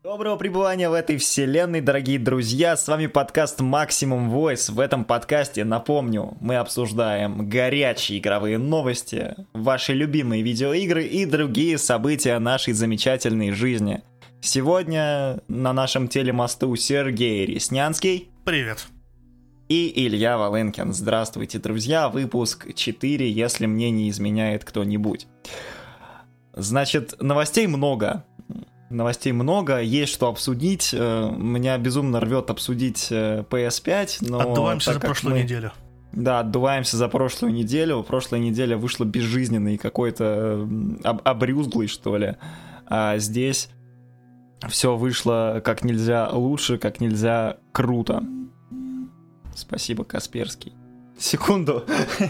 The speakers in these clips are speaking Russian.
Доброго пребывания в этой вселенной, дорогие друзья, с вами подкаст Maximum Voice. В этом подкасте, напомню, мы обсуждаем горячие игровые новости, ваши любимые видеоигры и другие события нашей замечательной жизни. Сегодня на нашем телемосту Сергей Реснянский. Привет. И Илья Волынкин. Здравствуйте, друзья, выпуск 4, если мне не изменяет кто-нибудь. Значит, новостей много, есть что обсудить. Меня безумно рвет обсудить PS5, но... Отдуваемся за прошлую неделю. Да, отдуваемся за прошлую неделю. Прошлая неделя вышла безжизненной, какой-то обрюзглой, что ли. А здесь все вышло как нельзя лучше, как нельзя круто. Спасибо, Касперский. Секунду.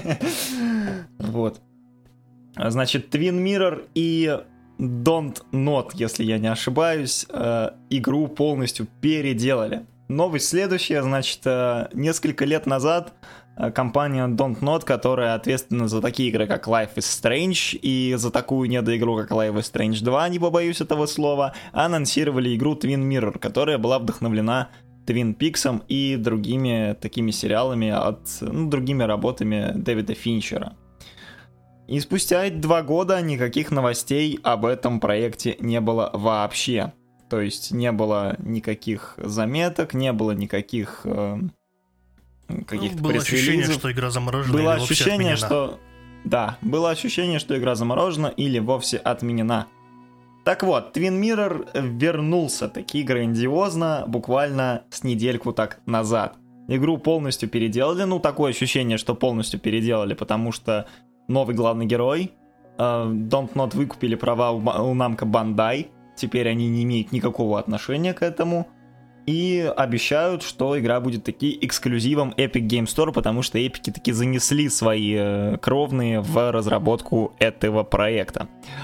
Вот. Значит, Twin Mirror и Don't Not, если я не ошибаюсь, игру полностью переделали. Новость следующая, значит, несколько лет назад компания Don't Not, которая ответственна за такие игры, как Life is Strange, и за такую недоигру, как Life is Strange 2, не побоюсь этого слова, анонсировали игру Twin Mirror, которая была вдохновлена Twin Peaks и другими такими сериалами, другими работами Дэвида Финчера. И спустя 2 года никаких новостей об этом проекте не было вообще. То есть не было никаких заметок, не было никаких каких-то было ощущение, пресс-релизов. что игра заморожена было или ощущение, вовсе отменена. было ощущение, что игра заморожена или вовсе отменена. Так вот, Twin Mirror вернулся таки грандиозно, буквально с недельку так назад. Игру полностью переделали, такое ощущение, что полностью переделали, потому что новый главный герой, Don't Not выкупили права у Namco Bandai, теперь они не имеют никакого отношения к этому, и обещают, что игра будет таки эксклюзивом Epic Game Store, потому что эпики таки занесли свои кровные в разработку этого проекта.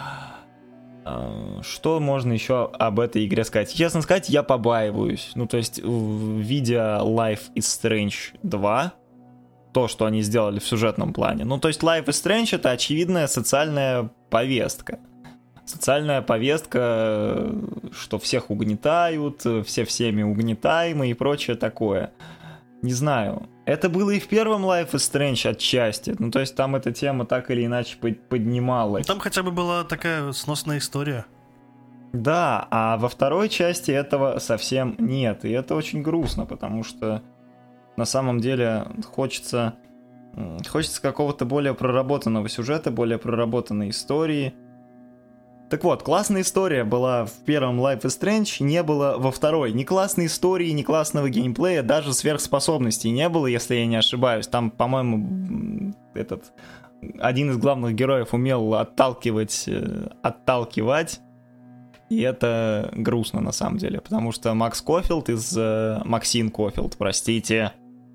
Что можно еще об этой игре сказать? Честно сказать, я побаиваюсь. То есть, видя Life is Strange 2, то, что они сделали в сюжетном плане. То есть Life is Strange — это очевидная социальная повестка. Социальная повестка, что всех угнетают, все всеми угнетаемы и прочее такое. Не знаю. Это было и в первом Life is Strange отчасти. То есть там эта тема так или иначе поднималась. Там хотя бы была такая сносная история. Да, а во второй части этого совсем нет. И это очень грустно, потому что на самом деле хочется какого-то более проработанного сюжета, более проработанной истории. Так вот, классная история была в первом Life is Strange, не было во второй. Ни классной истории, ни классного геймплея, даже сверхспособностей не было, если я не ошибаюсь. Там, по-моему, один из главных героев умел отталкивать, и это грустно на самом деле, потому что Максин Кофилд, простите,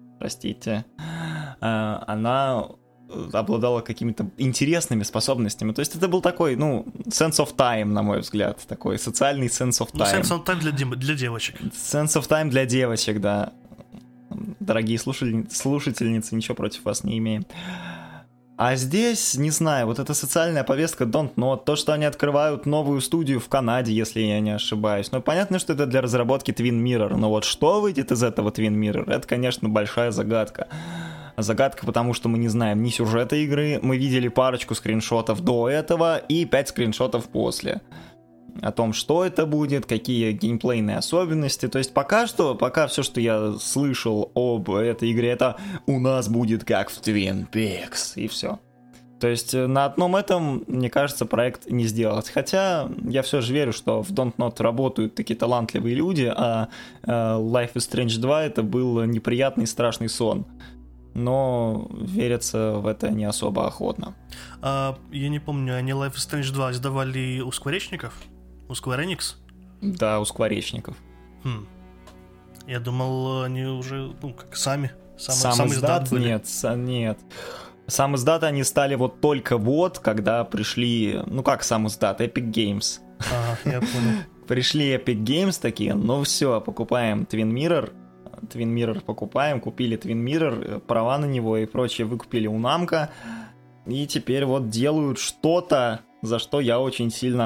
она обладала какими-то интересными способностями. То есть это был такой, sense of time, на мой взгляд, такой социальный sense of time. Sense of time для девочек. Sense of time для девочек, да. Дорогие слушательницы, ничего против вас не имеем. А здесь, не знаю, вот эта социальная повестка Don't Not, то, что они открывают новую студию в Канаде, если я не ошибаюсь. Понятно, что это для разработки Twin Mirror, но вот что выйдет из этого Twin Mirror, это, конечно, большая загадка. Загадка, потому что мы не знаем ни сюжета игры, мы видели парочку скриншотов до этого и 5 скриншотов после. О том, что это будет, какие геймплейные особенности. То есть пока все, что я слышал об этой игре, это у нас будет как в Twin Peaks, и все. То есть на одном этом, мне кажется, проект не сделать. Хотя я все же верю, что в Don't Not работают такие талантливые люди, а Life is Strange 2 это был неприятный страшный сон. Но верится в это не особо охотно. Я не помню, они Life is Strange 2 издавали у скворечников? У Square Enix? Да, у скворечников. Я думал, они уже, как сам издат были. Нет. Сам издат они стали только когда пришли, как сам издат, Epic Games. Ага, я понял. Пришли Epic Games такие, все, покупаем Twin Mirror купили Twin Mirror, права на него и прочее выкупили у Namco, и теперь делают что-то, за что я очень сильно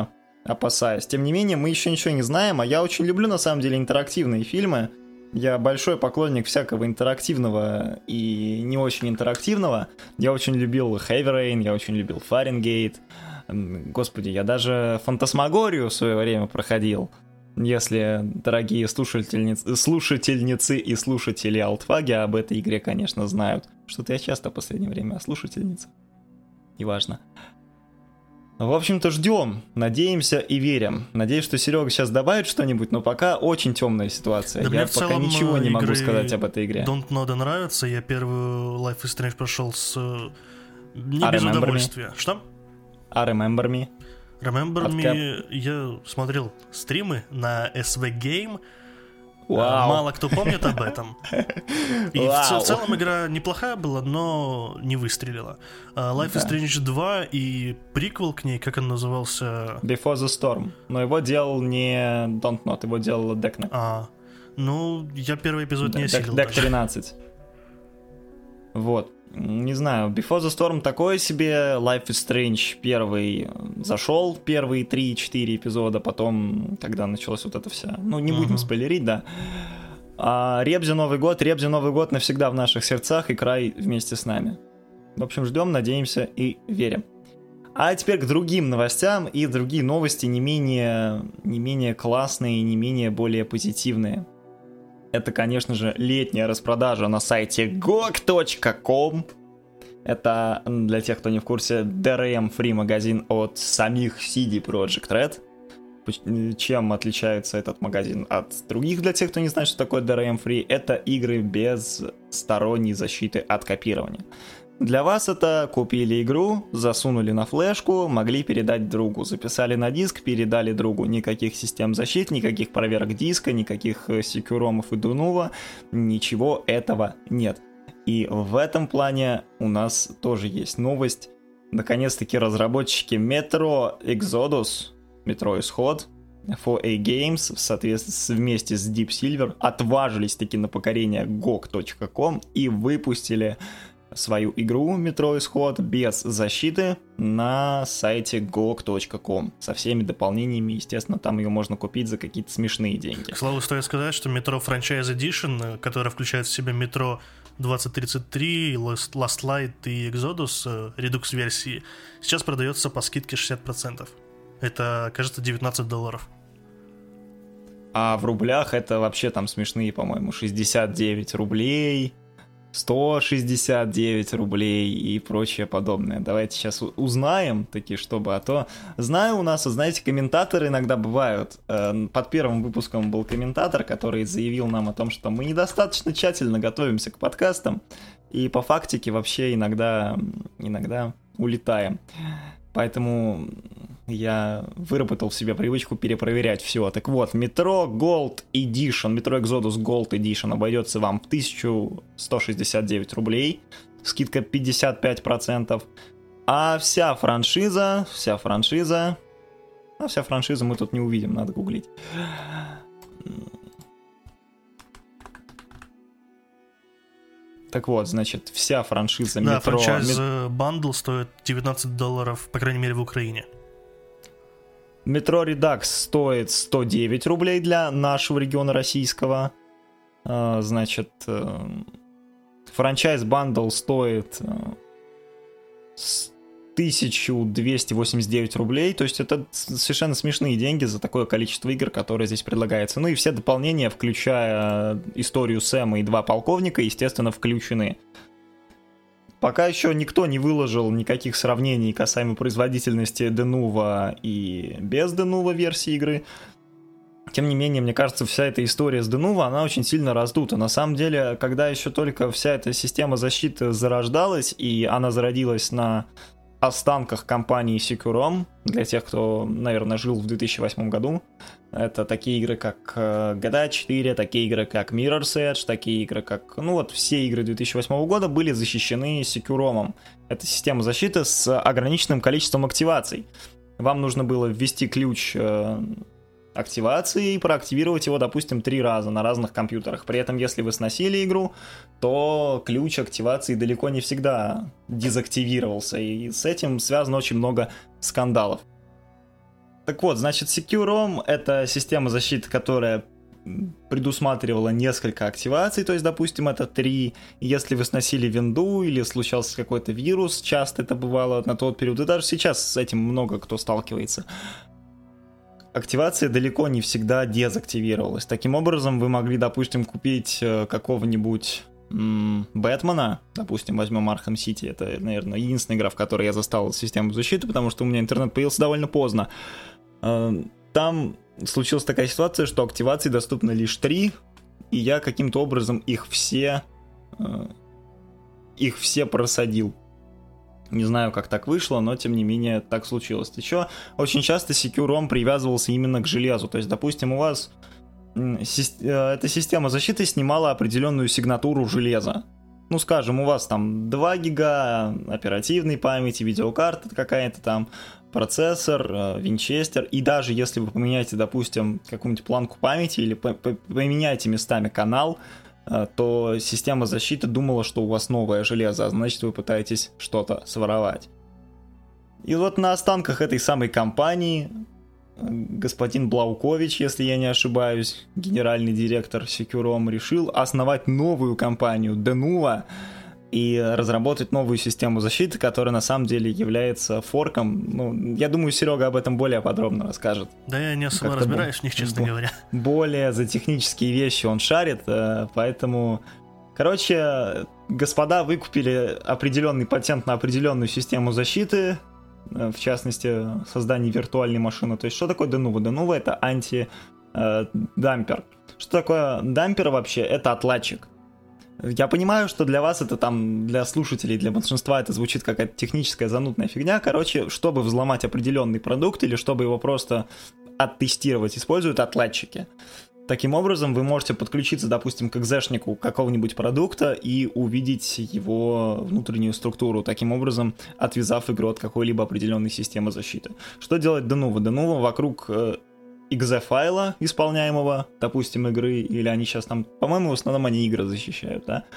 опасаюсь. Тем не менее, мы еще ничего не знаем, а я очень люблю, на самом деле, интерактивные фильмы. Я большой поклонник всякого интерактивного и не очень интерактивного. Я очень любил Heavy Rain, я очень любил Фаренгейт. Господи, я даже Фантасмагорию в свое время проходил. Если дорогие слушательницы и слушатели Алтфаги об этой игре, конечно, знают. Что-то я часто в последнее время о слушательницах. Неважно. В общем-то, ждем, надеемся и верим. Надеюсь, что Серега сейчас добавит что-нибудь, но пока очень темная ситуация. Да, я пока ничего не могу сказать об этой игре. Don't Know нравится. Я первую Life is Strange прошел с не без удовольствия. Что? Remember Me? Remember Me, я смотрел стримы на SV Game. Вау. Мало кто помнит об этом. И в целом игра неплохая была, но не выстрелила. Life is Strange 2 и приквел к ней, как он назывался? Before the Storm. Но его делал не Don't Not, его делал Decknet. Ну, я первый эпизод не осилил. Deck 13. Вот. Не знаю, Before the Storm такое себе, Life is Strange первый зашел, первые 3-4 эпизода, потом, когда началась вот эта вся... Ну, не будем спойлерить, да. А Ребзи Новый год навсегда в наших сердцах и край вместе с нами. В общем, ждем, надеемся и верим. А теперь к другим новостям, и другие новости не менее классные, не менее более позитивные. Это, конечно же, летняя распродажа на сайте GOG.com. Это, для тех, кто не в курсе, DRM-free магазин от самих CD Projekt Red. Чем отличается этот магазин от других, для тех, кто не знает, что такое DRM-free? Это игры без сторонней защиты от копирования. Для вас это купили игру, засунули на флешку, могли передать другу, записали на диск, передали другу. Никаких систем защиты, никаких проверок диска, никаких секюромов и Дунува, ничего этого нет. И в этом плане у нас тоже есть новость. Наконец-таки разработчики Metro Exodus, Metro Исход, 4A Games, соответственно, вместе с Deep Silver отважились таки на покорение GOG.com и выпустили свою игру Metro Исход без защиты на сайте GOG.com со всеми дополнениями. Естественно, там ее можно купить за какие-то смешные деньги. К слову, стоит сказать, что Metro Franchise Edition, которая включает в себя Metro 2033, Last Light и Exodus, редукс-версии, сейчас продается по скидке 60%. Это, кажется, $19. А в рублях это вообще там смешные, по-моему, 69 рублей... 169 рублей и прочее подобное. Давайте сейчас узнаем, таки, чтобы, а то... Знаю, у нас, знаете, комментаторы иногда бывают. Под первым выпуском был комментатор, который заявил нам о том, что мы недостаточно тщательно готовимся к подкастам, и по фактике вообще иногда улетаем. Поэтому я выработал в себе привычку перепроверять все. Так вот, Metro Gold Edition, Metro Exodus Gold Edition обойдется вам в 1169 рублей, скидка 55%, а вся франшиза мы тут не увидим, надо гуглить. Так вот, значит, вся франшиза Metro... Да, франчайз бандл стоит $19, по крайней мере, в Украине. Metro Redux стоит 109 рублей для нашего региона российского. Значит, франчайз бандл стоит 1289 рублей, то есть это совершенно смешные деньги за такое количество игр, которое здесь предлагается. Ну и все дополнения, включая историю Сэма и 2 полковника, естественно, включены. Пока еще никто не выложил никаких сравнений касаемо производительности Denuvo и без Denuvo версии игры. Тем не менее, мне кажется, вся эта история с Denuvo, она очень сильно раздута. На самом деле, когда еще только вся эта система защиты зарождалась, и она зародилась на останках компании Securom, для тех, кто, наверное, жил в 2008 году. Это такие игры, как GTA 4, такие игры, как Mirror's Edge, такие игры, как... Ну вот, все игры 2008 года были защищены Securom'ом. Это система защиты с ограниченным количеством активаций. Вам нужно было ввести ключ активации и проактивировать его, допустим, 3 раза на разных компьютерах. При этом, если вы сносили игру, то ключ активации далеко не всегда дезактивировался, и с этим связано очень много скандалов. Так вот, значит, SecuROM — это система защиты, которая предусматривала несколько активаций, то есть, допустим, это 3, и если вы сносили винду или случался какой-то вирус, часто это бывало на тот период, и даже сейчас с этим много кто сталкивается, активация далеко не всегда дезактивировалась. Таким образом, вы могли, допустим, купить какого-нибудь Бэтмена, допустим, возьмем Arkham City, это, наверное, единственная игра, в которой я застал систему защиты, потому что у меня интернет появился довольно поздно. Там случилась такая ситуация, что активации доступны лишь 3, и я каким-то образом их все просадил. Не знаю, как так вышло, но тем не менее так случилось. Еще очень часто SecuROM привязывался именно к железу. То есть, допустим, у вас эта система защиты снимала определенную сигнатуру железа. Ну, скажем, у вас там 2 гига оперативной памяти, видеокарта какая-то там, процессор, винчестер, и даже если вы поменяете, допустим, какую-нибудь планку памяти или поменяете местами канал, то система защиты думала, что у вас новое железо, а значит, вы пытаетесь что-то своровать. И вот на останках этой самой компании господин Блаукович, если я не ошибаюсь, генеральный директор SecuROM, решил основать новую компанию Denuvo и разработать новую систему защиты, которая на самом деле является форком. Ну, я думаю, Серега об этом более подробно расскажет. Да я не особо разбираюсь в них, честно говоря. Более за технические вещи он шарит, поэтому... Короче, господа выкупили определенный патент на определенную систему защиты, в частности, создание виртуальной машины. То есть, что такое Denuvo? Denuvo — это анти-дампер. Что такое дампер вообще? Это отладчик. Я понимаю, что для вас это там, для слушателей, для большинства это звучит какая-то техническая занудная фигня. Короче, чтобы взломать определенный продукт или чтобы его просто оттестировать, используют отладчики. Таким образом, вы можете подключиться, допустим, к экзешнику какого-нибудь продукта и увидеть его внутреннюю структуру, таким образом отвязав игру от какой-либо определенной системы защиты. Что делает Denuvo? Denuvo вокруг exe-файла исполняемого, допустим, игры, или они сейчас там, по-моему, в основном они игры защищают, да,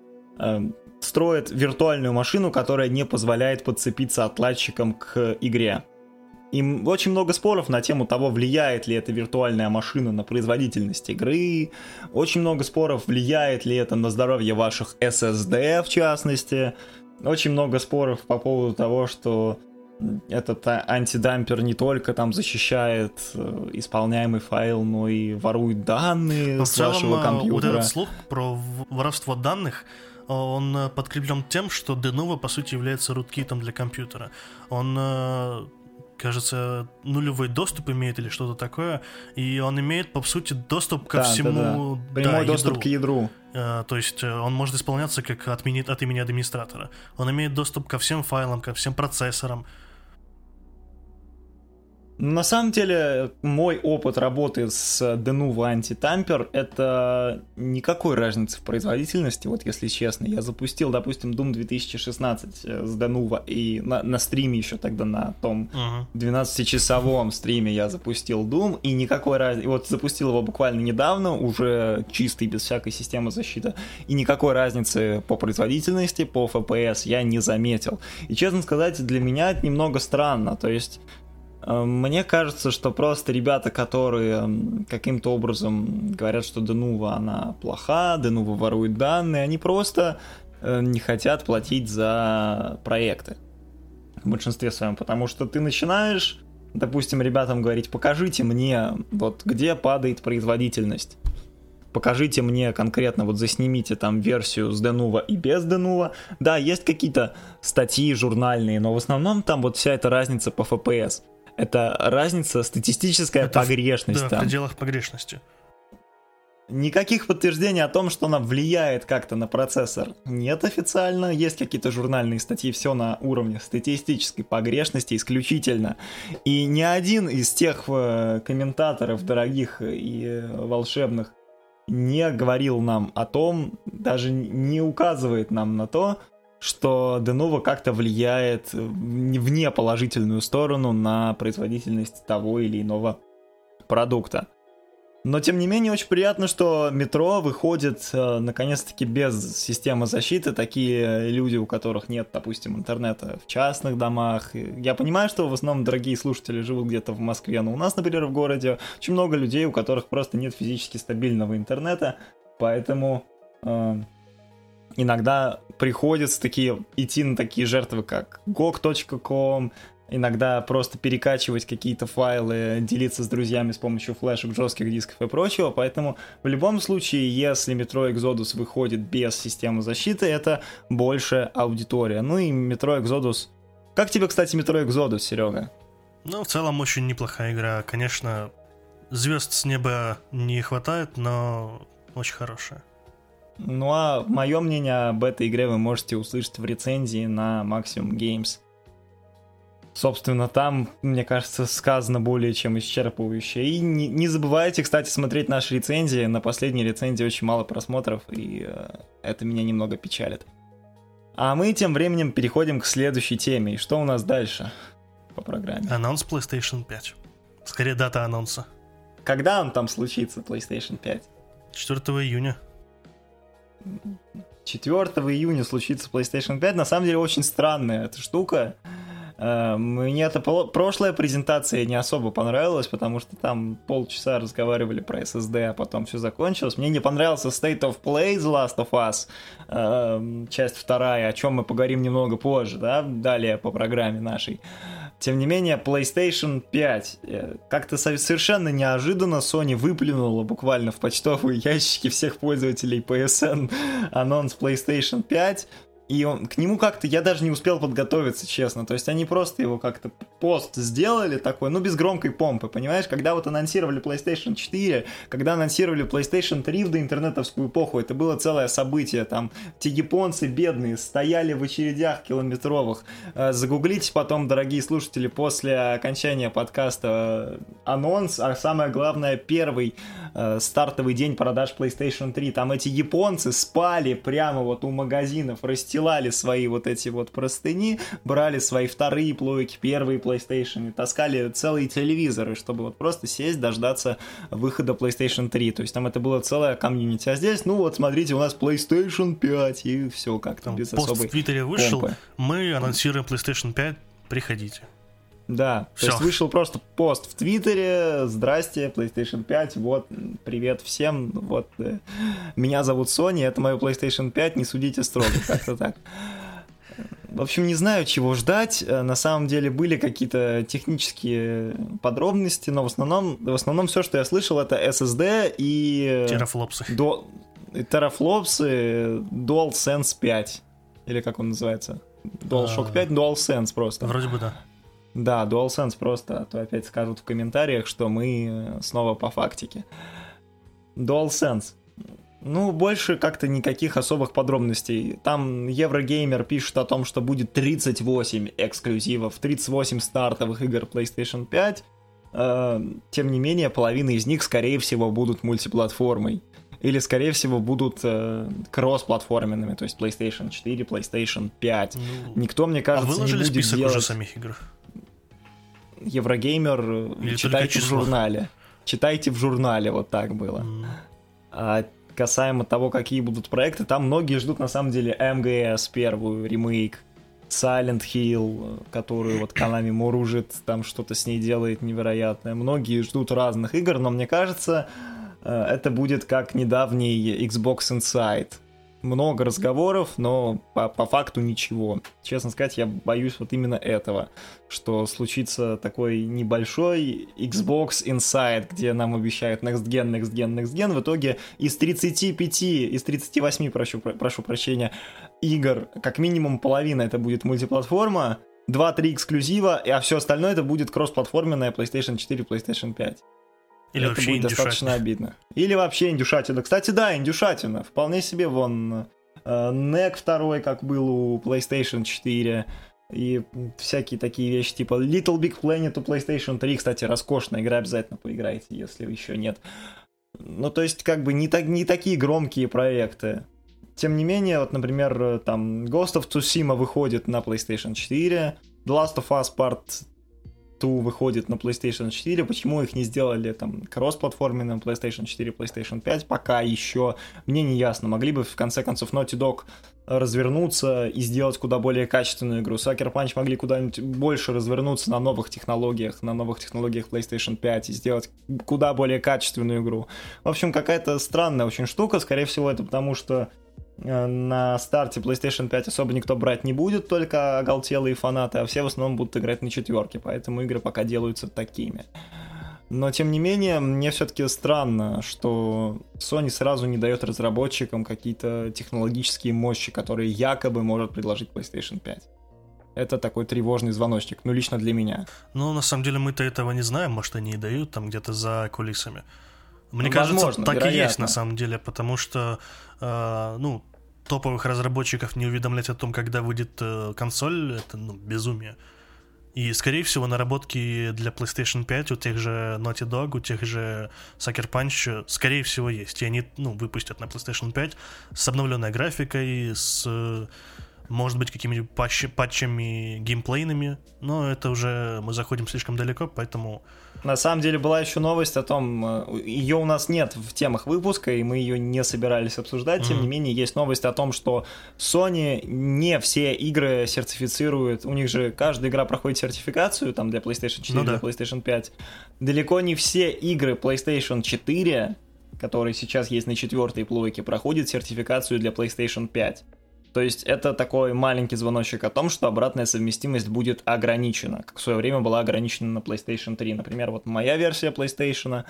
строит виртуальную машину, которая не позволяет подцепиться отладчиком к игре. И очень много споров на тему того, влияет ли эта виртуальная машина на производительность игры, очень много споров, влияет ли это на здоровье ваших SSD, в частности, очень много споров по поводу того, что этот антидампер не только там защищает исполняемый файл, но и ворует данные с вашего компьютера. Вот этот слух про воровство данных, он подкреплен тем, что Denuvo, по сути, является руткитом для компьютера. Он, кажется, нулевой доступ имеет или что-то такое, и он имеет, по сути, доступ ко всему... Да. Прямой доступ к ядру. То есть он может исполняться как от имени администратора. Он имеет доступ ко всем файлам, ко всем процессорам. На самом деле, мой опыт работы с Denuvo Anti-Tamper — это никакой разницы в производительности, вот если честно. Я запустил, допустим, Doom 2016 с Denuvo, и на стриме еще тогда, на том 12-часовом стриме я запустил Doom, и никакой разницы... Вот запустил его буквально недавно, уже чистый, без всякой системы защиты, и никакой разницы по производительности, по FPS я не заметил. И, честно сказать, для меня это немного странно, то есть... Мне кажется, что просто ребята, которые каким-то образом говорят, что Denuvo она плоха, Denuvo ворует данные, они просто не хотят платить за проекты в большинстве своем, потому что ты начинаешь, допустим, ребятам говорить: покажите мне, вот где падает производительность, покажите мне конкретно, вот заснимите там версию с Denuvo и без Denuvo. Да, есть какие-то статьи журнальные, но в основном там вот вся эта разница по FPS. Это разница, статистическая погрешность. Да, в пределах погрешности. Никаких подтверждений о том, что она влияет как-то на процессор, нет официально. Есть какие-то журнальные статьи, все на уровне статистической погрешности исключительно. И ни один из тех комментаторов дорогих и волшебных не говорил нам о том, даже не указывает нам на то, что Denuvo как-то влияет в неположительную сторону на производительность того или иного продукта. Но, тем не менее, очень приятно, что метро выходит, наконец-таки, без системы защиты. Такие люди, у которых нет, допустим, интернета в частных домах. Я понимаю, что в основном дорогие слушатели живут где-то в Москве, но у нас, например, в городе очень много людей, у которых просто нет физически стабильного интернета, поэтому иногда приходится идти на такие жертвы, как gog.com, иногда просто перекачивать какие-то файлы, делиться с друзьями с помощью флешек, жестких дисков и прочего. Поэтому в любом случае, если Metro Exodus выходит без системы защиты, это больше аудитория. Ну и Metro Exodus... Как тебе, кстати, Metro Exodus, Серега? Ну, в целом, очень неплохая игра. Конечно, звезд с неба не хватает, но очень хорошая. Ну а мое мнение об этой игре вы можете услышать в рецензии на Maximum Games. Собственно, там, мне кажется, сказано более чем исчерпывающе. И не забывайте, кстати, смотреть наши рецензии. На последней рецензии очень мало просмотров, и это меня немного печалит. А мы тем временем переходим к следующей теме. И что у нас дальше по программе? Анонс PlayStation 5. Скорее, дата анонса. Когда он там случится, PlayStation 5? 4 июня. 4 июня случится PlayStation 5. На самом деле, очень странная эта штука. Мне эта прошлая презентация не особо понравилась, потому что там полчаса разговаривали про SSD, а потом все закончилось. Мне не понравился State of Play The Last of Us, часть 2, о чем мы поговорим немного позже, да, далее по программе нашей. Тем не менее, PlayStation 5. Как-то совершенно неожиданно Sony выплюнула буквально в почтовые ящики всех пользователей PSN анонс PlayStation 5. И к нему как-то я даже не успел подготовиться, честно. То есть они просто его как-то пост сделали такой, ну, без громкой помпы, понимаешь? Когда вот анонсировали PlayStation 4, когда анонсировали PlayStation 3 в доинтернетовскую эпоху, это было целое событие. Там те японцы бедные стояли в очередях километровых. Загуглите потом, дорогие слушатели, после окончания подкаста анонс, а самое главное, первый стартовый день продаж PlayStation 3. Там эти японцы спали прямо вот у магазинов, расстилали свои вот эти вот простыни, брали свои вторые плойки, первые PlayStation и таскали целые телевизоры, чтобы вот просто сесть, дождаться выхода PlayStation 3. То есть там это было целое комьюнити. А здесь, ну вот смотрите, у нас PlayStation 5 и все как-то без особой пост в Твиттере вышел, помпы. Мы анонсируем PlayStation 5, приходите. Да, Всё. то есть вышел просто пост в Твиттере: здрасте, PlayStation 5, вот, привет всем, вот, меня зовут Sony, это мое PlayStation 5, не судите строго, как-то так. В общем, не знаю, чего ждать, на самом деле были какие-то технические подробности, но в основном все, что я слышал, это SSD и... Терафлопсы. Терафлопсы, DualSense 5, или как он называется? DualShock 5, DualSense просто. Вроде бы да. Да, DualSense просто, а то опять скажут в комментариях, что мы снова по фактике. DualSense. Ну, больше как-то никаких особых подробностей. Там Еврогеймер пишет о том, что будет 38 эксклюзивов, 38 стартовых игр PlayStation 5. Тем не менее, половина из них, скорее всего, будут мультиплатформой. Или, скорее всего, будут кросс-платформенными, то есть PlayStation 4, PlayStation 5. Никто, мне кажется, не будет список делать... уже самих игр? Еврогеймер, или читайте в журнале. Читайте в журнале, вот так было. А касаемо того, какие будут проекты, там многие ждут, на самом деле, МГС первую, ремейк, Silent Hill, которую вот Konami муружит, там что-то с ней делает невероятное. Многие ждут разных игр, но мне кажется, это будет как недавний Xbox Inside. Много разговоров, но по факту ничего. Честно сказать, я боюсь вот именно этого, что случится такой небольшой Xbox Inside, где нам обещают Next Gen. В итоге из 38, прошу прощения, игр, как минимум половина это будет мультиплатформа, 2-3 эксклюзива, а все остальное это будет кроссплатформенная PlayStation 4, PlayStation 5. Или это вообще будет достаточно обидно. Или вообще индюшатина. Кстати, да, индюшатина. Вполне себе вон NEC 2, как был у PlayStation 4, и всякие такие вещи, типа Little Big Planet у PlayStation 3. Кстати, роскошная игра, обязательно поиграйте, если еще нет. Ну, то есть, как бы не такие громкие проекты. Тем не менее, вот, например, там Ghost of Tsushima выходит на PlayStation 4, The Last of Us Part выходит на PlayStation 4, почему их не сделали там кросс-платформенным PlayStation 4, PlayStation 5, пока еще мне не ясно. Могли бы в конце концов Naughty Dog развернуться и сделать куда более качественную игру. Sucker Punch могли куда-нибудь больше развернуться на новых технологиях PlayStation 5 и сделать куда более качественную игру. В общем, какая-то странная очень штука, скорее всего это потому, что на старте PlayStation 5 особо никто брать не будет, только оголтелые фанаты, а все в основном будут играть на четверке, поэтому игры пока делаются такими. Но, тем не менее, мне все-таки странно, что Sony сразу не дает разработчикам какие-то технологические мощи, которые якобы может предложить PlayStation 5. Это такой тревожный звоночек, ну, лично для меня. Ну, на самом деле, мы-то этого не знаем, может, они и дают там где-то за кулисами. Мне кажется, возможно, так вероятно. И есть на самом деле, потому что, топовых разработчиков не уведомлять о том, когда выйдет консоль, это, безумие. И, скорее всего, наработки для PlayStation 5 у тех же Naughty Dog, у тех же Sucker Punch, скорее всего, есть. И они, выпустят на PlayStation 5 с обновленной графикой, с, может быть, какими-нибудь патчами геймплейными, но это уже мы заходим слишком далеко, поэтому... На самом деле была еще новость о том, ее у нас нет в темах выпуска, и мы ее не собирались обсуждать, тем не менее есть новость о том, что Sony не все игры сертифицирует, у них же каждая игра проходит сертификацию, там для PlayStation 4, для PlayStation 5, далеко не все игры PlayStation 4, которые сейчас есть на четвертой плойке, проходят сертификацию для PlayStation 5. То есть это такой маленький звоночек о том, что обратная совместимость будет ограничена, как в свое время была ограничена на PlayStation 3. Например, вот моя версия PlayStation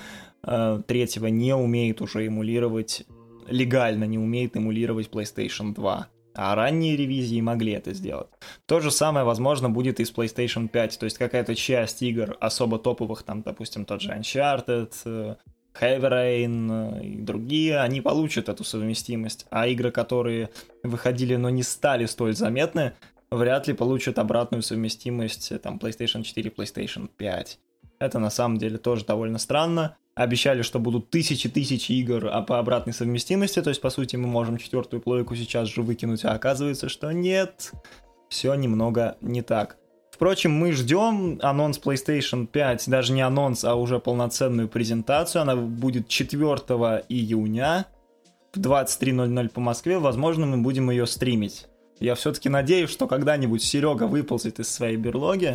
3 не умеет уже эмулировать, легально не умеет эмулировать PlayStation 2. А ранние ревизии могли это сделать. То же самое, возможно, будет и с PlayStation 5. То есть какая-то часть игр особо топовых, там, допустим, тот же Uncharted, Heavy Rain и другие, они получат эту совместимость, а игры, которые выходили, но не стали столь заметны, вряд ли получат обратную совместимость там PlayStation 4, PlayStation 5. Это на самом деле тоже довольно странно. Обещали, что будут тысячи игр по обратной совместимости, то есть, по сути, мы можем четвертую плойку сейчас же выкинуть, а оказывается, что нет, все немного не так. Впрочем, мы ждем анонс PlayStation 5, даже не анонс, а уже полноценную презентацию. Она будет 4 июня в 23:00 по Москве. Возможно, мы будем ее стримить. Я все-таки надеюсь, что когда-нибудь Серега выползет из своей берлоги,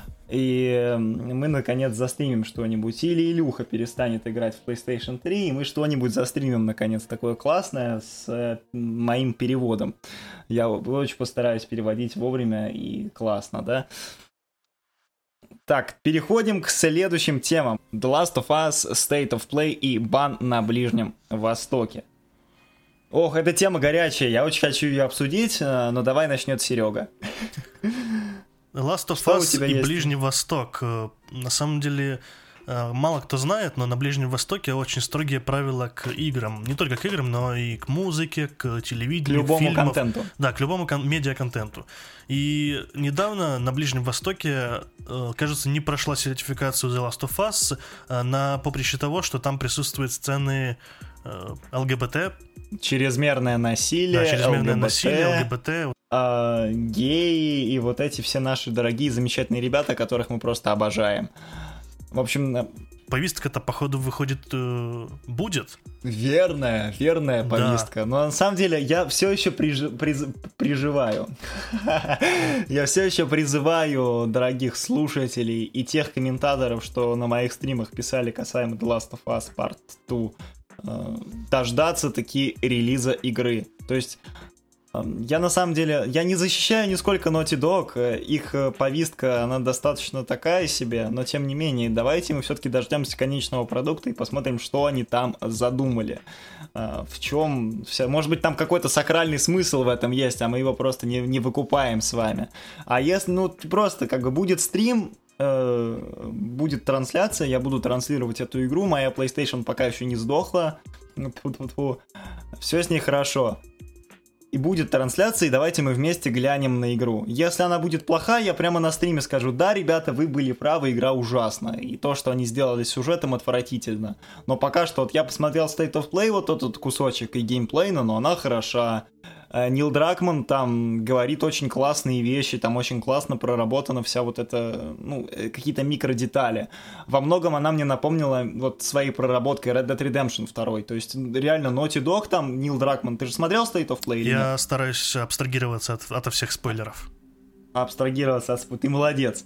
и мы, наконец, застримим что-нибудь. Или Илюха перестанет играть в PlayStation 3, и мы что-нибудь застримим, наконец, такое классное с моим переводом. Я очень постараюсь переводить вовремя и классно, да? Так, переходим к следующим темам. The Last of Us, State of Play и бан на Ближнем Востоке. Ох, эта тема горячая, я очень хочу ее обсудить, но давай начнет Серега. Last of Us и Ближний Восток. На самом деле, мало кто знает, но на Ближнем Востоке очень строгие правила к играм. Не только к играм, но и к музыке, к телевидению, к любому фильмам. контенту. Да, к любому медиаконтенту. И недавно на Ближнем Востоке, кажется, не прошла сертификацию The Last of Us на поприще того, что там присутствуют сцены ЛГБТ. Чрезмерное насилие, да, чрезмерное насилие, ЛГБТ. Геи и вот эти все наши дорогие, замечательные ребята, которых мы просто обожаем. В общем... Повестка-то, походу, выходит, будет. Верная повестка. Да. Но на самом деле я все еще призываю. Я все еще призываю дорогих слушателей и тех комментаторов, что на моих стримах писали касаемо The Last of Us Part 2, дождаться таки релиза игры. То есть я на самом деле, я не защищаю нисколько Naughty Dog, их повестка, она достаточно такая себе, но тем не менее, давайте мы все-таки дождемся конечного продукта и посмотрим, что они там задумали. В чем, может быть, там какой-то сакральный смысл в этом есть, а мы его просто не выкупаем с вами. А если, просто как бы будет стрим, будет трансляция, я буду транслировать эту игру, моя PlayStation пока еще не сдохла, все с ней хорошо. И будет трансляция, и давайте мы вместе глянем на игру. Если она будет плохая, я прямо на стриме скажу: да, ребята, вы были правы, игра ужасна. И то, что они сделали с сюжетом, отвратительно. Но пока что, вот я посмотрел State of Play, вот этот кусочек и геймплейно, но она хороша. Нил Дракман там говорит очень классные вещи, там очень классно проработана вся вот эта, какие-то микродетали. Во многом она мне напомнила вот своей проработкой Red Dead Redemption 2. То есть реально Naughty Dog там, Нил Дракман, ты же смотрел State of Play или нет? Я стараюсь абстрагироваться ото всех спойлеров. Абстрагироваться, ты молодец.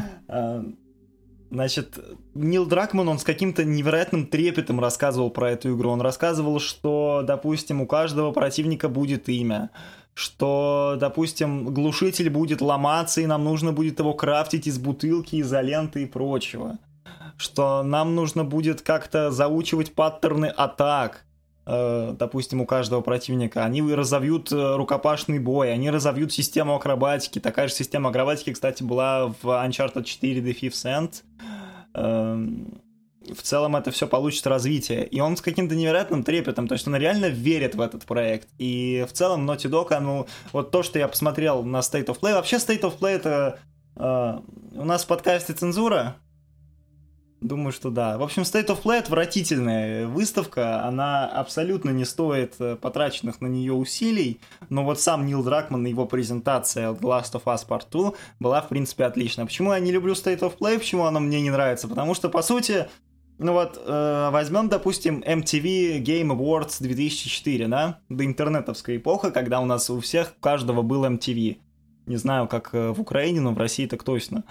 Значит, Нил Дракман, он с каким-то невероятным трепетом рассказывал про эту игру. Он рассказывал, что, допустим, у каждого противника будет имя, что, допустим, глушитель будет ломаться, и нам нужно будет его крафтить из бутылки, изоленты и прочего. Что нам нужно будет как-то заучивать паттерны атак, допустим, у каждого противника. Они разовьют рукопашный бой, они разовьют систему акробатики. Такая же система акробатики, кстати, была в Uncharted 4 The Fifth Ascent. В целом это все получит развитие. И он с каким-то невероятным трепетом, то есть он реально верит в этот проект. И в целом Naughty Dog, вот то, что я посмотрел на State of Play, вообще State of Play это... у нас в подкасте цензура? Думаю, что да. В общем, State of Play отвратительная выставка, она абсолютно не стоит потраченных на нее усилий, но вот сам Нил Дракман и его презентация The Last of Us Part 2 была, в принципе, отлична. Почему я не люблю State of Play, почему она мне не нравится? Потому что, по сути, возьмем, допустим, MTV Game Awards 2004, да? До интернетовская эпоха, когда у нас у каждого был MTV. Не знаю, как в Украине, но в России так точно.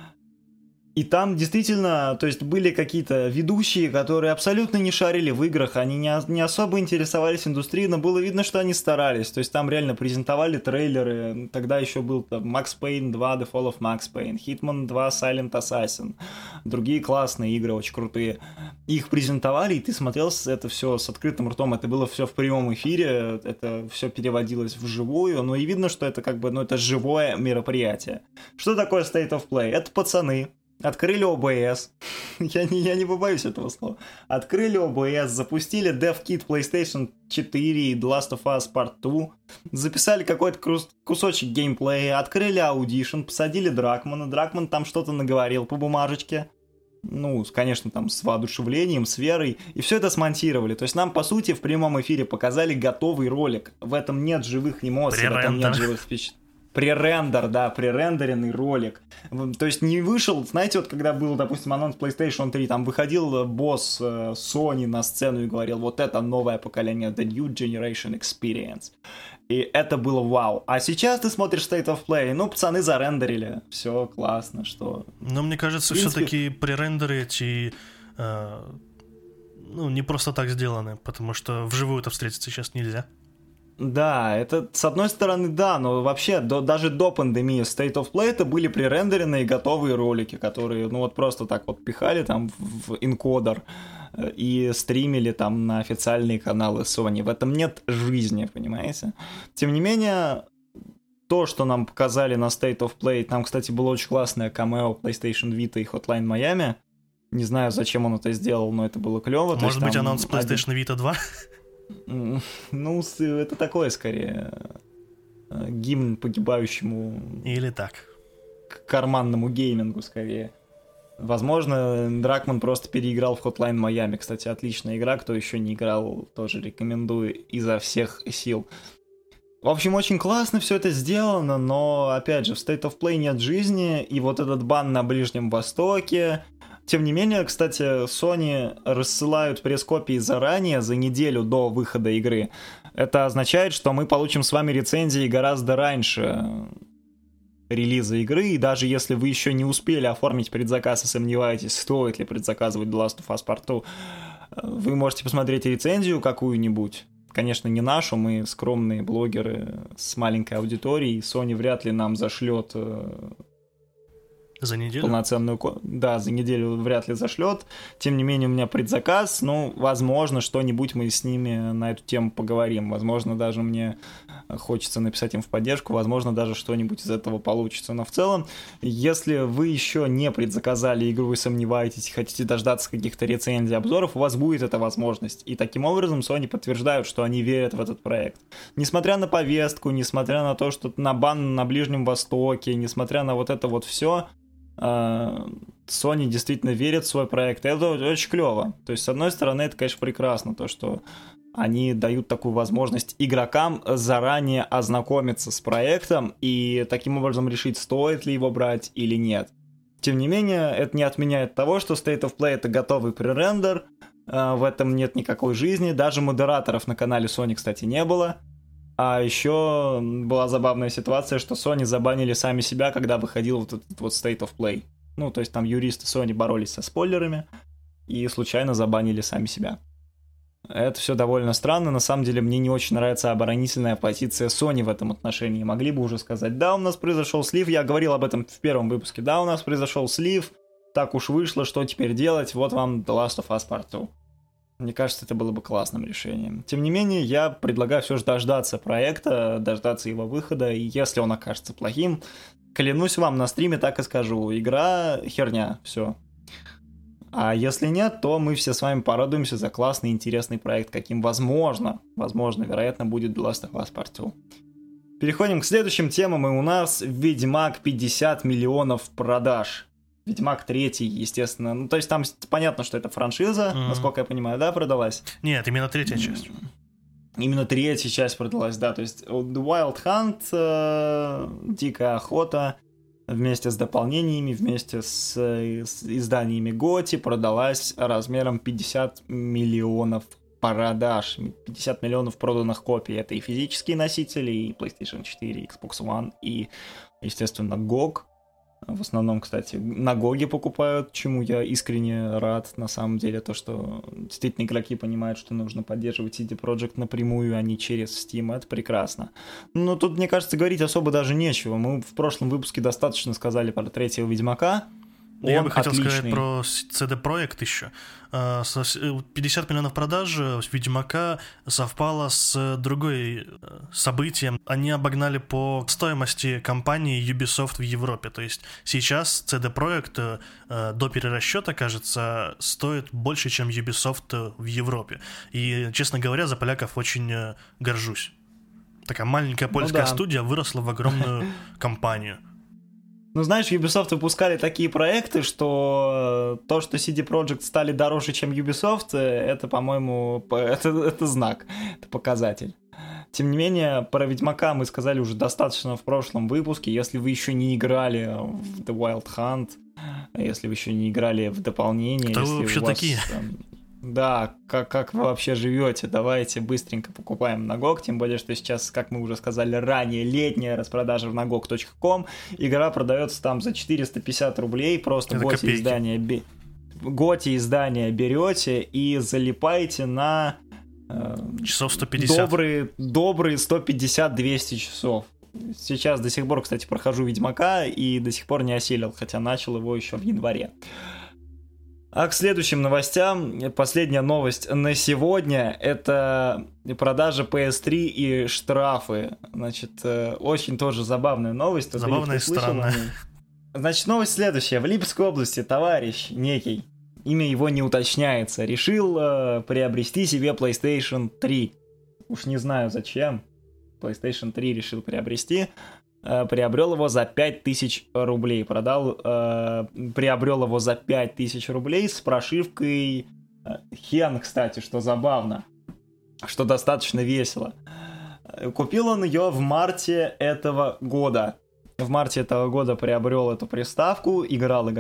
И там действительно, то есть были какие-то ведущие, которые абсолютно не шарили в играх, они не особо интересовались индустрией, но было видно, что они старались. То есть там реально презентовали трейлеры, тогда еще был там Max Payne 2, The Fall of Max Payne, Hitman 2, Silent Assassin, другие классные игры, очень крутые. Их презентовали, и ты смотрел это все с открытым ртом, это было все в прямом эфире, это все переводилось вживую, но и видно, что это это живое мероприятие. Что такое State of Play? Это пацаны. Открыли OBS, я не побоюсь этого слова, открыли OBS, запустили DevKit PlayStation 4 и The Last of Us Part 2, записали какой-то кусочек геймплея, открыли Audition, посадили Дракмана, Дракман там что-то наговорил по бумажечке, конечно, там с воодушевлением, с верой, и все это смонтировали. То есть нам, по сути, в прямом эфире показали готовый ролик, в этом нет живых эмоций, в этом нет живых впечатлений. Пререндеренный ролик. То есть не вышел, знаете, вот когда был, допустим, анонс PlayStation 3, там выходил босс Sony на сцену и говорил, вот это новое поколение, The New Generation Experience. И это было вау. А сейчас ты смотришь State of Play, пацаны зарендерили, все классно, что... Но мне кажется, все-таки пререндеры эти... не просто так сделаны, потому что вживую-то встретиться сейчас нельзя. Да, это с одной стороны да, но вообще даже до пандемии State of Play это были пререндеренные готовые ролики, которые просто так вот пихали там в энкодер и стримили там на официальные каналы Sony. В этом нет жизни, понимаете? Тем не менее, то, что нам показали на State of Play, там, кстати, было очень классное камео PlayStation Vita и Hotline Miami. Не знаю, зачем он это сделал, но это было клево. Может быть, анонс PlayStation Vita 2? Это такое, скорее, гимн погибающему... Или так. К карманному геймингу, скорее. Возможно, Дракман просто переиграл в Hotline Miami. Кстати, отличная игра. Кто еще не играл, тоже рекомендую изо всех сил. В общем, очень классно все это сделано, но, опять же, в State of Play нет жизни, и вот этот бан на Ближнем Востоке... Тем не менее, кстати, Sony рассылают пресс-копии заранее, за неделю до выхода игры. Это означает, что мы получим с вами рецензии гораздо раньше релиза игры, и даже если вы еще не успели оформить предзаказ и сомневаетесь, стоит ли предзаказывать The Last of Us Part 2, вы можете посмотреть рецензию какую-нибудь. Конечно, не нашу, мы скромные блогеры с маленькой аудиторией, Sony вряд ли нам зашлет... За неделю? Полноценную... Да, за неделю вряд ли зашлет. Тем не менее, у меня предзаказ. Возможно, что-нибудь мы с ними на эту тему поговорим. Возможно, даже мне хочется написать им в поддержку. Возможно, даже что-нибудь из этого получится. Но в целом, если вы еще не предзаказали игру и сомневаетесь, хотите дождаться каких-то рецензий, обзоров, у вас будет эта возможность. И таким образом Sony подтверждают, что они верят в этот проект. Несмотря на повестку, несмотря на то, что на бан на Ближнем Востоке, несмотря на вот это вот все, Sony действительно верит в свой проект, и это очень клево. То есть, с одной стороны, это, конечно, прекрасно, то, что Они дают такую возможность игрокам заранее ознакомиться с проектом и таким образом решить, стоит ли его брать или нет. Тем не менее, это не отменяет того, что State of Play — это готовый пререндер, в этом нет никакой жизни, даже модераторов на канале Sony, кстати, не было. А еще была забавная ситуация, что Sony забанили сами себя, когда выходил вот этот вот State of Play. Ну, то есть там юристы Sony боролись со спойлерами и случайно забанили сами себя. Это все довольно странно, на самом деле мне не очень нравится оборонительная позиция Sony в этом отношении. Могли бы уже сказать, да, у нас произошел слив, я говорил об этом в первом выпуске, да, у нас произошел слив, так уж вышло, что теперь делать, вот вам The Last of Us Part 2. Мне кажется, это было бы классным решением. Тем не менее, я предлагаю все же дождаться проекта, дождаться его выхода, и если он окажется плохим, клянусь вам, на стриме так и скажу, игра херня, все. А если нет, то мы все с вами порадуемся за классный, интересный проект, каким возможно, вероятно, будет The Last of Us Part 2. Переходим к следующим темам, и у нас Ведьмак 50 миллионов продаж. Ведьмак 3, естественно. Ну, то есть там понятно, что это франшиза, насколько я понимаю, да, продалась? Нет, именно третья часть. Именно третья часть продалась, да. То есть The Wild Hunt, Дикая охота, вместе с дополнениями, вместе с изданиями GOTY продалась размером 50 миллионов продаж. 50 миллионов проданных копий. Это и физические носители, и PlayStation 4, и Xbox One, и, естественно, GOG. В основном, кстати, на GOG покупают, чему я искренне рад, на самом деле, то, что действительно игроки понимают, что нужно поддерживать CD Projekt напрямую, а не через Steam, это прекрасно. Но тут, мне кажется, говорить особо даже нечего. Мы в прошлом выпуске достаточно сказали про третьего Ведьмака. Я бы хотел сказать про CD Projekt еще. 50 миллионов продаж Ведьмака совпало с другой событием. Они обогнали по стоимости компании Ubisoft в Европе. То есть сейчас CD Projekt до перерасчета, кажется, стоит больше, чем Ubisoft в Европе. И, честно говоря, за поляков очень горжусь. Такая маленькая польская студия выросла в огромную компанию. Ну, знаешь, Ubisoft выпускали такие проекты, что то, что CD Projekt стали дороже, чем Ubisoft, это, по-моему, это знак, это показатель. Тем не менее, про Ведьмака мы сказали уже достаточно в прошлом выпуске. Если вы еще не играли в The Wild Hunt, если вы еще не играли в дополнение... Кто если вы вообще такие? Да, как вы вообще живете, давайте быстренько покупаем на GOG, тем более, что сейчас, как мы уже сказали ранее, летняя распродажа в nagog.com, игра продается там за 450 рублей, просто GOTY издание берете и залипаете на часов 150. добрые 150-200 часов. Сейчас до сих пор, кстати, прохожу Ведьмака и до сих пор не осилил, хотя начал его еще в январе. А к следующим новостям, последняя новость на сегодня, это продажа PS3 и штрафы. Значит, очень тоже забавная новость. Забавная и странная. Значит, новость следующая. В Липецкой области товарищ некий, имя его не уточняется, решил приобрести себе PlayStation 3. Уж не знаю зачем. PlayStation 3 решил приобрести. Приобрел его за 5000 рублей. Приобрел его за 5000 рублей с прошивкой Хен, кстати, что забавно, что достаточно весело. Купил он ее в марте этого года. В марте этого года приобрел эту приставку, играл,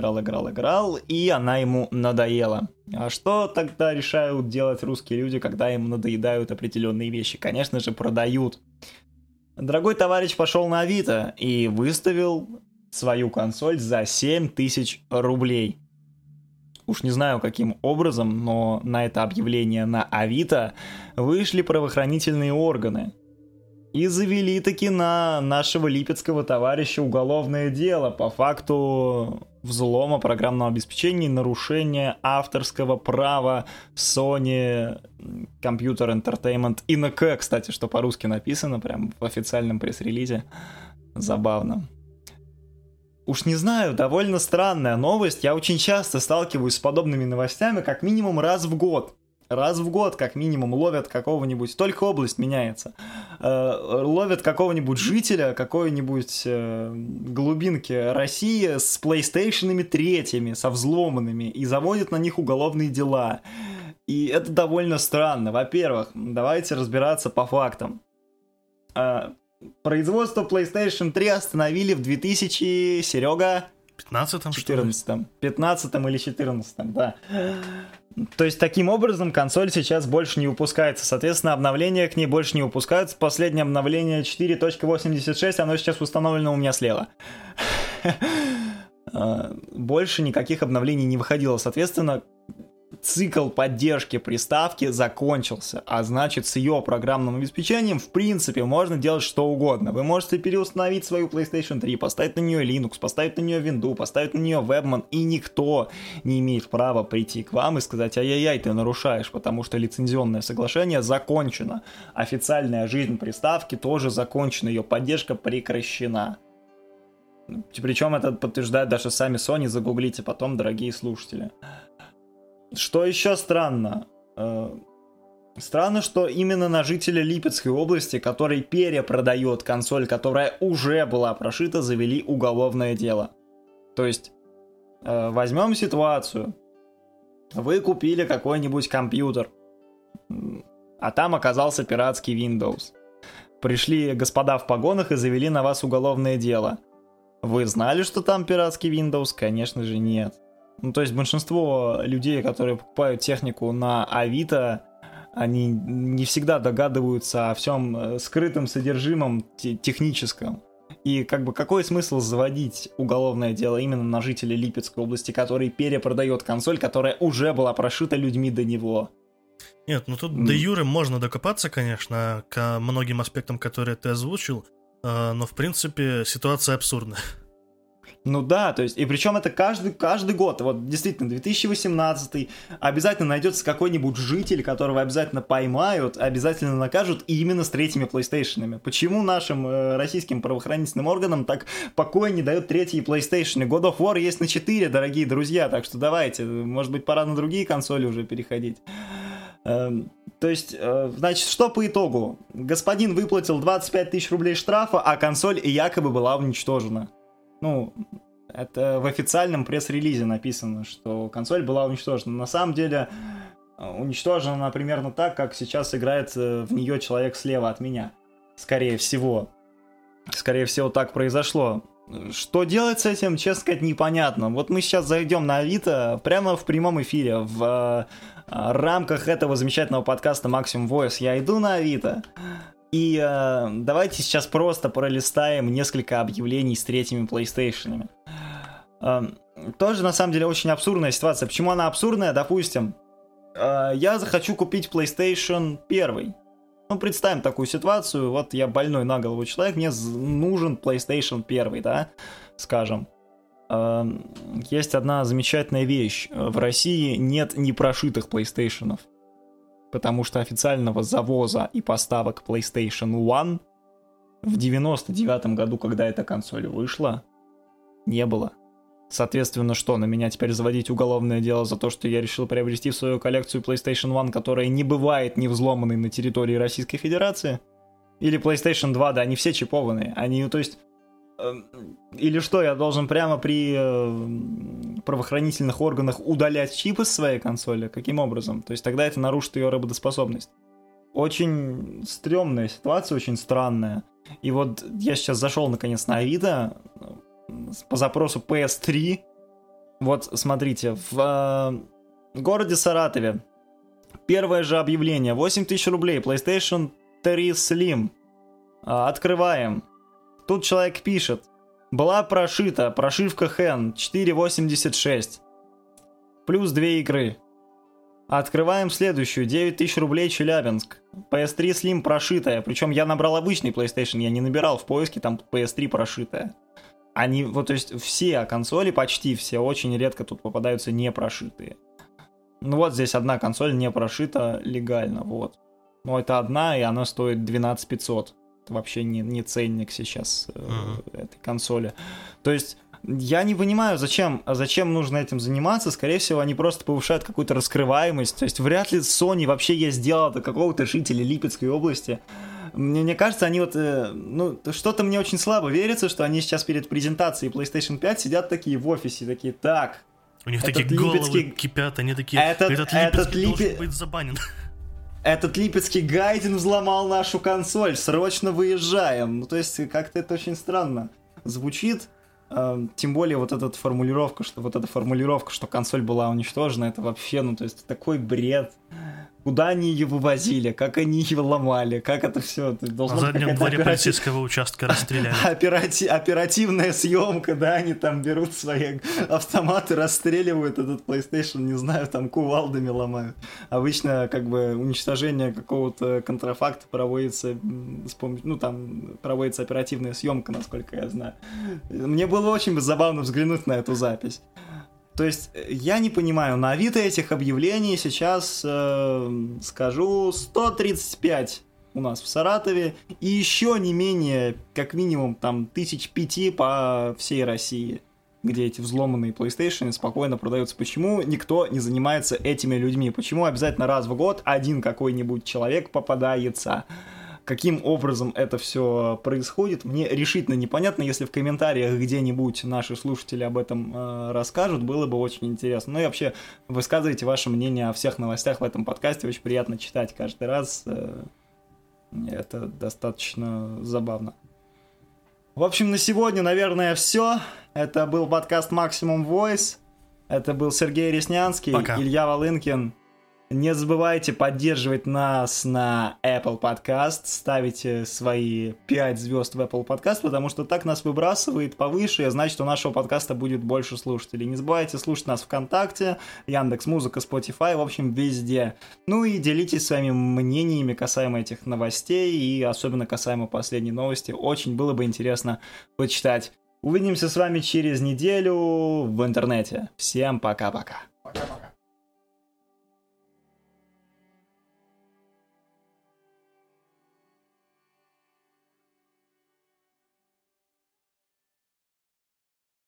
и она ему надоела. А что тогда решают делать русские люди, когда им надоедают определенные вещи? Конечно же, продают. Дорогой товарищ пошел на Авито и выставил свою консоль за 7000 рублей. Уж не знаю, каким образом, но на это объявление на Авито вышли правоохранительные органы. И завели таки на нашего липецкого товарища уголовное дело по факту взлома программного обеспечения и нарушения авторского права Sony Computer Entertainment ИНК, кстати, что по-русски написано прям в официальном пресс-релизе. Забавно. Уж не знаю, довольно странная новость. Я очень часто сталкиваюсь с подобными новостями, как минимум раз в год. Раз в год, как минимум, ловят какого-нибудь... Только область меняется. Ловят какого-нибудь жителя какой-нибудь глубинки России с PlayStation 3, со взломанными, и заводят на них уголовные дела. И это довольно странно. Во-первых, давайте разбираться по фактам. Производство PlayStation 3 остановили в 2000, Серега... 15-м, 14-м. 15-м или 14-м, да. То есть, таким образом, консоль сейчас больше не выпускается. Соответственно, обновления к ней больше не выпускаются. Последнее обновление 4.86, оно сейчас установлено у меня слева. Больше никаких обновлений не выходило. Соответственно, цикл поддержки приставки закончился, а значит, с ее программным обеспечением, в принципе, можно делать что угодно. Вы можете переустановить свою PlayStation 3, поставить на нее Linux, поставить на нее Windows, поставить на нее Webman, и никто не имеет права прийти к вам и сказать: ай-яй-яй, ты нарушаешь, потому что лицензионное соглашение закончено. Официальная жизнь приставки тоже закончена, ее поддержка прекращена. Причем это подтверждают даже сами Sony, загуглите потом, дорогие слушатели. Что еще странно? Странно, что именно на жителя Липецкой области, который перепродает консоль, которая уже была прошита, завели уголовное дело. То есть, возьмем ситуацию. Вы купили какой-нибудь компьютер, а там оказался пиратский Windows. Пришли господа в погонах и завели на вас уголовное дело. Вы знали, что там пиратский Windows? Конечно же, нет. Ну, то есть большинство людей, которые покупают технику на Авито, они не всегда догадываются о всем скрытом содержимом техническом. И как бы какой смысл заводить уголовное дело именно на жителя Липецкой области, который перепродает консоль, которая уже была прошита людьми до него? Нет, ну тут до юре можно докопаться, конечно, к многим аспектам, которые ты озвучил, но в принципе ситуация абсурдная. Ну да, то есть, и причем это каждый год, вот действительно, 2018 обязательно найдется какой-нибудь житель, которого обязательно поймают, обязательно накажут, и именно с третьими PlayStation'ами. Почему нашим российским правоохранительным органам так покоя не дают третьи PlayStation? God of War есть на 4, дорогие друзья, так что давайте, может быть, пора на другие консоли уже переходить. То есть, значит, что по итогу? Господин выплатил 25 тысяч рублей штрафа, а консоль якобы была уничтожена. Ну, это в официальном пресс-релизе написано, что консоль была уничтожена. На самом деле, уничтожена она примерно так, как сейчас играет в нее человек слева от меня. Скорее всего. Скорее всего, так произошло. Что делать с этим, честно сказать, непонятно. Вот мы сейчас зайдем на Авито прямо в прямом эфире. В рамках этого замечательного подкаста Maximum Voice я иду на Авито. И давайте сейчас просто пролистаем несколько объявлений с третьими PlayStation'ами. Тоже, на самом деле, очень абсурдная ситуация. Почему она абсурдная? Допустим, я захочу купить PlayStation 1. Ну, представим такую ситуацию. Вот я больной на голову человек, мне нужен PlayStation 1, да, скажем. Есть одна замечательная вещь. В России нет непрошитых PlayStation'ов. Потому что официального завоза и поставок PlayStation 1 в 99-м году, когда эта консоль вышла, не было. Соответственно, что, на меня теперь заводить уголовное дело за то, что я решил приобрести в свою коллекцию PlayStation 1, которая не бывает не взломанной на территории Российской Федерации? Или PlayStation 2, да, они все чипованные. Они, то есть... Или что, я должен прямо при правоохранительных органах удалять чипы с своей консоли? Каким образом? То есть тогда это нарушит ее работоспособность. Очень стрёмная ситуация, очень странная. И вот я сейчас зашел наконец на Авито по запросу PS3. Вот смотрите, в городе Саратове первое же объявление: 8 тысяч рублей, PlayStation 3 Slim. Открываем. Тут человек пишет: была прошита, прошивка Hen 4.86, плюс 2 игры. Открываем следующую, 9 тысяч рублей, Челябинск. PS3 Slim прошитая, причем я набрал обычный PlayStation, я не набирал в поиске, там PS3 прошитая. Они, вот, то есть все консоли, почти все, очень редко тут попадаются не прошитые. Ну вот здесь одна консоль не прошита легально, вот. Но это одна, и она стоит 12 500. Вообще не ценник сейчас этой консоли. То есть я не понимаю, зачем нужно этим заниматься. Скорее всего, они просто повышают какую-то раскрываемость. То есть вряд ли Sony вообще есть дело до какого-то жителя Липецкой области. Мне кажется, они вот... Ну, что-то мне очень слабо верится, что они сейчас перед презентацией PlayStation 5 сидят такие в офисе, такие: так, У них такие головы кипят, они такие, этот Липецкий должен быть забанен. Этот липецкий Гайдин взломал нашу консоль, срочно выезжаем. Ну, то есть, как-то это очень странно звучит. Тем более вот эта формулировка, что консоль была уничтожена, это вообще, ну, то есть, такой бред. Куда они ее вывозили, как они ее ломали, как это все. На заднем дворе полицейского участка расстреляли. Оперативная съемка, да, они там берут свои автоматы, расстреливают этот PlayStation, не знаю, там кувалдами ломают. Обычно как бы уничтожение какого-то контрафакта проводится с помощью, ну там проводится оперативная съемка, насколько я знаю. Мне было очень забавно взглянуть на эту запись. То есть, я не понимаю, на Авито этих объявлений сейчас, скажу, 135 у нас в Саратове, и еще не менее, как минимум, там, 5,000 по всей России, где эти взломанные PlayStation спокойно продаются. Почему никто не занимается этими людьми? Почему обязательно раз в год один какой-нибудь человек попадается? Каким образом это все происходит, мне решительно непонятно. Если в комментариях где-нибудь наши слушатели об этом расскажут, было бы очень интересно. Ну и вообще, высказывайте ваше мнение о всех новостях в этом подкасте. Очень приятно читать каждый раз. Это достаточно забавно. В общем, на сегодня, наверное, все. Это был подкаст Maximum Voice. Это был Сергей Реснянский, Пока. Илья Волынкин. Не забывайте поддерживать нас на Apple Podcast, ставите свои 5 звезд в Apple Podcast, потому что так нас выбрасывает повыше, и значит, у нашего подкаста будет больше слушателей. Не забывайте слушать нас ВКонтакте, Яндекс.Музыка, Spotify, в общем, везде. Ну и делитесь своими мнениями касаемо этих новостей, и особенно касаемо последней новости. Очень было бы интересно почитать. Увидимся с вами через неделю в интернете. Всем пока-пока.